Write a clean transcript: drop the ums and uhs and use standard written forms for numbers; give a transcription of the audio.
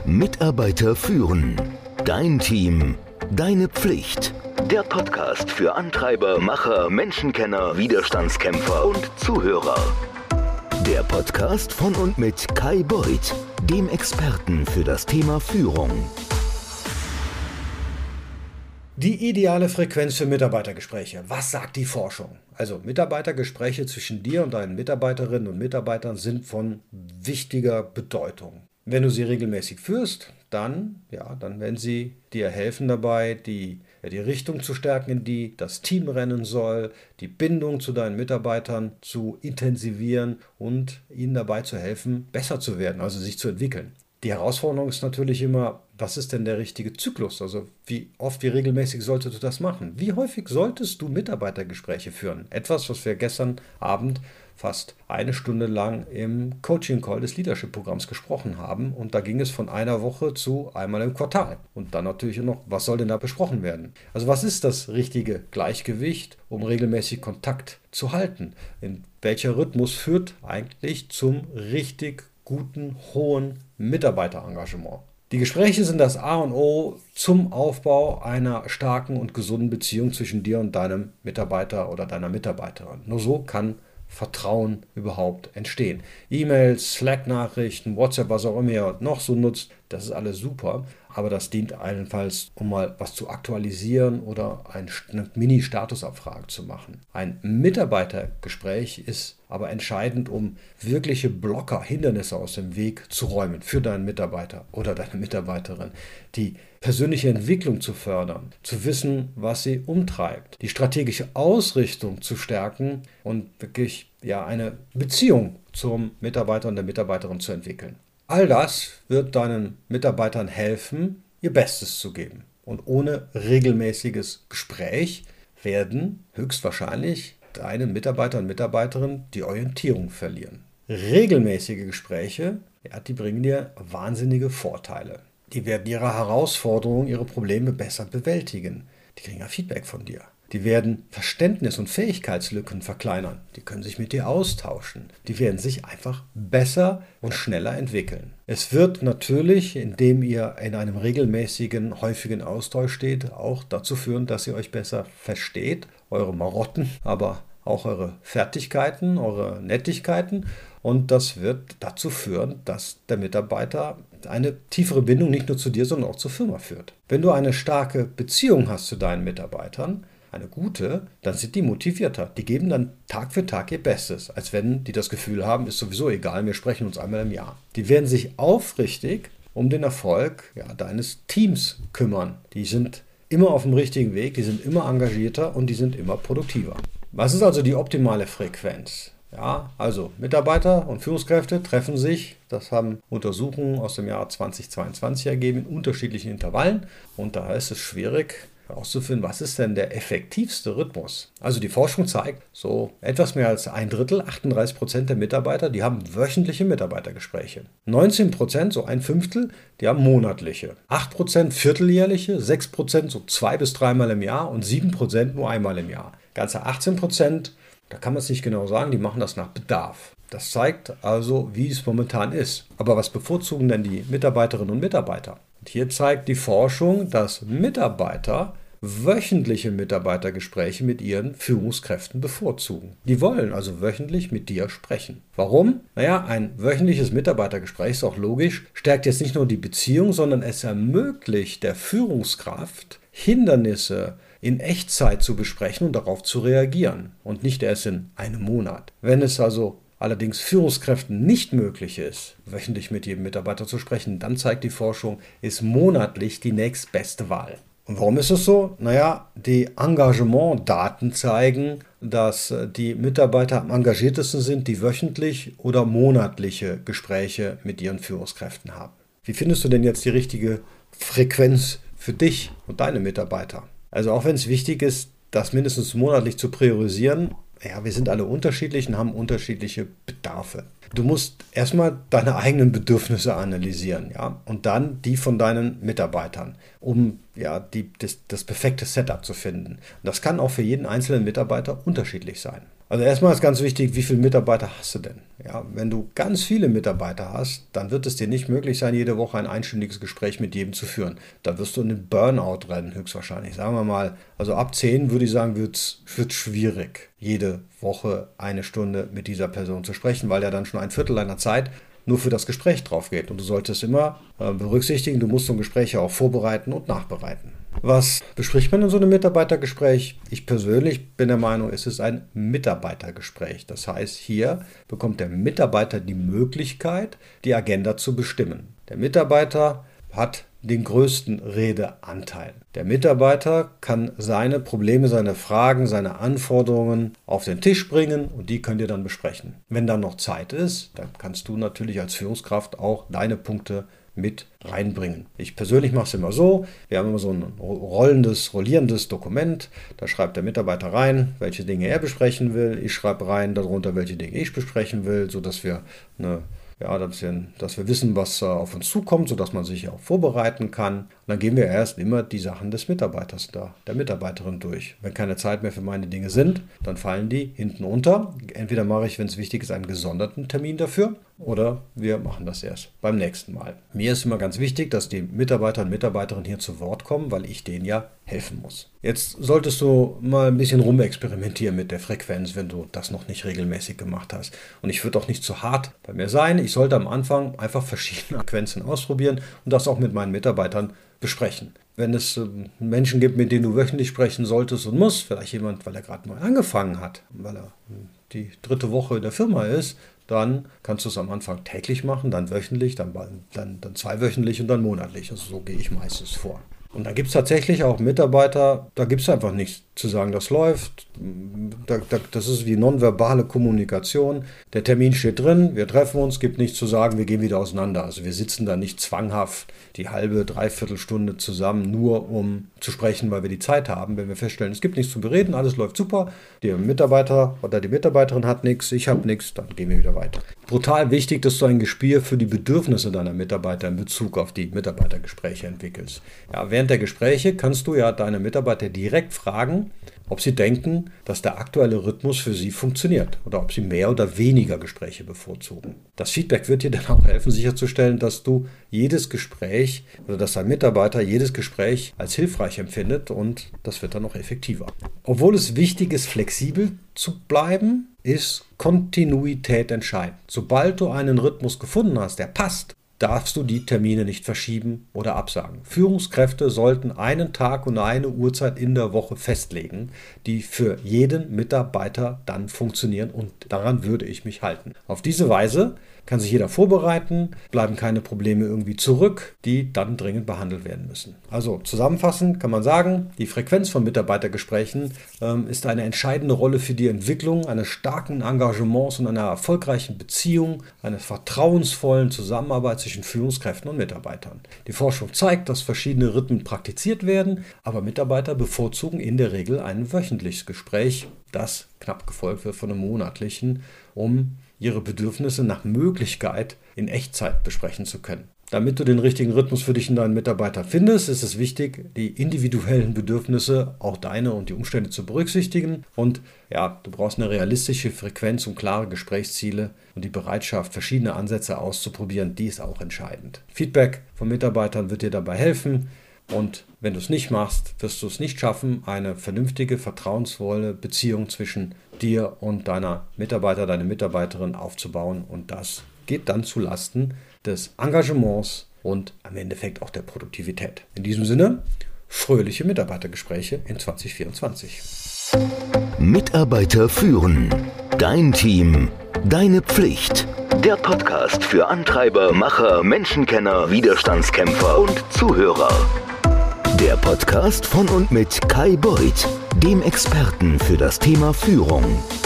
Mitarbeiter führen. Dein Team, deine Pflicht. Der Podcast für Antreiber, Macher, Menschenkenner, Widerstandskämpfer und Zuhörer. Der Podcast von und mit Kai Beuth, dem Experten für das Thema Führung. Die ideale Frequenz für Mitarbeitergespräche. Was sagt die Forschung? Also Mitarbeitergespräche zwischen dir und deinen Mitarbeiterinnen und Mitarbeitern sind von wichtiger Bedeutung. Wenn du sie regelmäßig führst, dann werden sie dir helfen dabei, die Richtung zu stärken, in die das Team rennen soll, die Bindung zu deinen Mitarbeitern zu intensivieren und ihnen dabei zu helfen, besser zu werden, also sich zu entwickeln. Die Herausforderung ist natürlich immer, was ist denn der richtige Zyklus? Also wie oft, wie regelmäßig solltest du das machen? Wie häufig solltest du Mitarbeitergespräche führen? Etwas, was wir gestern Abend fast eine Stunde lang im Coaching-Call des Leadership-Programms gesprochen haben. Und da ging es von einer Woche zu einmal im Quartal. Und dann natürlich noch, was soll denn da besprochen werden? Also was ist das richtige Gleichgewicht, um regelmäßig Kontakt zu halten? In welcher Rhythmus führt eigentlich zum richtig guten, hohen Mitarbeiterengagement? Die Gespräche sind das A und O zum Aufbau einer starken und gesunden Beziehung zwischen dir und deinem Mitarbeiter oder deiner Mitarbeiterin. Nur so kann Vertrauen überhaupt entstehen. E-Mails, Slack-Nachrichten, WhatsApp, was auch immer ihr noch so nutzt, das ist alles super, aber das dient allenfalls, um mal was zu aktualisieren oder eine Mini-Statusabfrage zu machen. Ein Mitarbeitergespräch ist aber entscheidend, um wirkliche Blocker, Hindernisse aus dem Weg zu räumen für deinen Mitarbeiter oder deine Mitarbeiterin, die persönliche Entwicklung zu fördern, zu wissen, was sie umtreibt, die strategische Ausrichtung zu stärken und wirklich eine Beziehung zum Mitarbeiter und der Mitarbeiterin zu entwickeln. All das wird deinen Mitarbeitern helfen, ihr Bestes zu geben. Und ohne regelmäßiges Gespräch werden höchstwahrscheinlich deine Mitarbeiter und Mitarbeiterinnen die Orientierung verlieren. Regelmäßige Gespräche, die bringen dir wahnsinnige Vorteile. Die werden ihre Herausforderungen, ihre Probleme besser bewältigen. Die kriegen ja Feedback von dir. Die werden Verständnis- und Fähigkeitslücken verkleinern. Die können sich mit dir austauschen. Die werden sich einfach besser und schneller entwickeln. Es wird natürlich, indem ihr in einem regelmäßigen, häufigen Austausch steht, auch dazu führen, dass ihr euch besser versteht, eure Marotten, aber auch eure Fertigkeiten, eure Nettigkeiten. Und das wird dazu führen, dass der Mitarbeiter eine tiefere Bindung nicht nur zu dir, sondern auch zur Firma führt. Wenn du eine starke Beziehung hast zu deinen Mitarbeitern, eine gute, dann sind die motivierter. Die geben dann Tag für Tag ihr Bestes, als wenn die das Gefühl haben, ist sowieso egal, wir sprechen uns einmal im Jahr. Die werden sich aufrichtig um den Erfolg deines Teams kümmern. Die sind immer auf dem richtigen Weg, die sind immer engagierter und die sind immer produktiver. Was ist also die optimale Frequenz? Also Mitarbeiter und Führungskräfte treffen sich, das haben Untersuchungen aus dem Jahr 2022 ergeben, in unterschiedlichen Intervallen. Und da ist es schwierig herauszufinden, was ist denn der effektivste Rhythmus. Also die Forschung zeigt, so etwas mehr als ein Drittel, 38% der Mitarbeiter, die haben wöchentliche Mitarbeitergespräche. 19%, so ein Fünftel, die haben monatliche. 8% vierteljährliche, 6% so 2- bis 3-mal im Jahr und 7% nur einmal im Jahr. Ganze 18%, da kann man es nicht genau sagen, die machen das nach Bedarf. Das zeigt also, wie es momentan ist. Aber was bevorzugen denn die Mitarbeiterinnen und Mitarbeiter? Und hier zeigt die Forschung, dass Mitarbeiter wöchentliche Mitarbeitergespräche mit ihren Führungskräften bevorzugen. Die wollen also wöchentlich mit dir sprechen. Warum? Ein wöchentliches Mitarbeitergespräch, ist auch logisch, stärkt jetzt nicht nur die Beziehung, sondern es ermöglicht der Führungskraft, Hindernisse in Echtzeit zu besprechen und darauf zu reagieren und nicht erst in einem Monat. Wenn es also allerdings Führungskräften nicht möglich ist, wöchentlich mit jedem Mitarbeiter zu sprechen, dann zeigt die Forschung, ist monatlich die nächstbeste Wahl. Und warum ist es so? Die Engagementdaten zeigen, dass die Mitarbeiter am engagiertesten sind, die wöchentlich oder monatliche Gespräche mit ihren Führungskräften haben. Wie findest du denn jetzt die richtige Frequenz für dich und deine Mitarbeiter? Also auch wenn es wichtig ist, das mindestens monatlich zu priorisieren, wir sind alle unterschiedlich und haben unterschiedliche Bedarfe. Du musst erstmal deine eigenen Bedürfnisse analysieren, und dann die von deinen Mitarbeitern, um das perfekte Setup zu finden. Und das kann auch für jeden einzelnen Mitarbeiter unterschiedlich sein. Also erstmal ist ganz wichtig, wie viele Mitarbeiter hast du denn? Ja, wenn du ganz viele Mitarbeiter hast, dann wird es dir nicht möglich sein, jede Woche ein einstündiges Gespräch mit jedem zu führen. Da wirst du in den Burnout rennen, höchstwahrscheinlich. Sagen wir mal, also ab 10 würde ich sagen, wird es schwierig, jede Woche eine Stunde mit dieser Person zu sprechen, weil ja dann schon ein Viertel deiner Zeit nur für das Gespräch drauf geht. Und du solltest immer berücksichtigen, du musst so ein Gespräch ja auch vorbereiten und nachbereiten. Was bespricht man in so einem Mitarbeitergespräch? Ich persönlich bin der Meinung, es ist ein Mitarbeitergespräch. Das heißt, hier bekommt der Mitarbeiter die Möglichkeit, die Agenda zu bestimmen. Der Mitarbeiter hat den größten Redeanteil. Der Mitarbeiter kann seine Probleme, seine Fragen, seine Anforderungen auf den Tisch bringen und die könnt ihr dann besprechen. Wenn dann noch Zeit ist, dann kannst du natürlich als Führungskraft auch deine Punkte mit reinbringen. Ich persönlich mache es immer so, wir haben immer so ein rollierendes Dokument, da schreibt der Mitarbeiter rein, welche Dinge er besprechen will, ich schreibe rein darunter, welche Dinge ich besprechen will, sodass wir dass wir wissen, was auf uns zukommt, sodass man sich auch vorbereiten kann. Und dann gehen wir erst immer die Sachen des Mitarbeiters der Mitarbeiterin durch. Wenn keine Zeit mehr für meine Dinge sind, dann fallen die hinten unter. Entweder mache ich, wenn es wichtig ist, einen gesonderten Termin dafür oder wir machen das erst beim nächsten Mal. Mir ist immer ganz wichtig, dass die Mitarbeiter und Mitarbeiterinnen hier zu Wort kommen, weil ich denen ja helfen muss. Jetzt solltest du mal ein bisschen rumexperimentieren mit der Frequenz, wenn du das noch nicht regelmäßig gemacht hast. Und ich würde auch nicht zu hart bei mir sein. Ich sollte am Anfang einfach verschiedene Frequenzen ausprobieren und das auch mit meinen Mitarbeitern besprechen. Wenn es Menschen gibt, mit denen du wöchentlich sprechen solltest und musst, vielleicht jemand, weil er gerade neu angefangen hat, weil er die 3. Woche in der Firma ist, dann kannst du es am Anfang täglich machen, dann wöchentlich, dann 2-wöchentlich und dann monatlich. Also so gehe ich meistens vor. Und da gibt es tatsächlich auch Mitarbeiter, da gibt es einfach nichts zu sagen, das läuft. Das ist wie nonverbale Kommunikation. Der Termin steht drin, wir treffen uns, gibt nichts zu sagen, wir gehen wieder auseinander. Also wir sitzen da nicht zwanghaft die halbe, dreiviertel Stunde zusammen, nur um zu sprechen, weil wir die Zeit haben. Wenn wir feststellen, es gibt nichts zu bereden, alles läuft super, der Mitarbeiter oder die Mitarbeiterin hat nichts, ich habe nichts, dann gehen wir wieder weiter. Brutal wichtig, dass du ein Gespür für die Bedürfnisse deiner Mitarbeiter in Bezug auf die Mitarbeitergespräche entwickelst. Ja, während der Gespräche kannst du ja deine Mitarbeiter direkt fragen, ob sie denken, dass der aktuelle Rhythmus für sie funktioniert oder ob sie mehr oder weniger Gespräche bevorzugen. Das Feedback wird dir dann auch helfen, sicherzustellen, dass du jedes Gespräch oder dass dein Mitarbeiter jedes Gespräch als hilfreich empfindet und das wird dann auch effektiver. Obwohl es wichtig ist, flexibel zu bleiben, ist Kontinuität entscheidend. Sobald du einen Rhythmus gefunden hast, der passt, darfst du die Termine nicht verschieben oder absagen. Führungskräfte sollten einen Tag und eine Uhrzeit in der Woche festlegen, die für jeden Mitarbeiter dann funktionieren und daran würde ich mich halten. Auf diese Weise kann sich jeder vorbereiten, bleiben keine Probleme irgendwie zurück, die dann dringend behandelt werden müssen. Also zusammenfassend kann man sagen, die Frequenz von Mitarbeitergesprächen ist eine entscheidende Rolle für die Entwicklung eines starken Engagements und einer erfolgreichen Beziehung, einer vertrauensvollen Zusammenarbeit zwischen Führungskräften und Mitarbeitern. Die Forschung zeigt, dass verschiedene Rhythmen praktiziert werden, aber Mitarbeiter bevorzugen in der Regel ein wöchentliches Gespräch, das knapp gefolgt wird von einem monatlichen, um ihre Bedürfnisse nach Möglichkeit in Echtzeit besprechen zu können. Damit du den richtigen Rhythmus für dich und deinen Mitarbeiter findest, ist es wichtig, die individuellen Bedürfnisse, auch deine und die Umstände zu berücksichtigen. Und ja, du brauchst eine realistische Frequenz und klare Gesprächsziele und die Bereitschaft, verschiedene Ansätze auszuprobieren, die ist auch entscheidend. Feedback von Mitarbeitern wird dir dabei helfen. Und wenn du es nicht machst, wirst du es nicht schaffen, eine vernünftige, vertrauensvolle Beziehung zwischen dir und deiner Mitarbeiter, deiner Mitarbeiterin aufzubauen. Und das geht dann zu Lasten des Engagements und am Endeffekt auch der Produktivität. In diesem Sinne, fröhliche Mitarbeitergespräche in 2024. Mitarbeiter führen. Dein Team. Deine Pflicht. Der Podcast für Antreiber, Macher, Menschenkenner, Widerstandskämpfer und Zuhörer. Der Podcast von und mit Kai Beuth, dem Experten für das Thema Führung.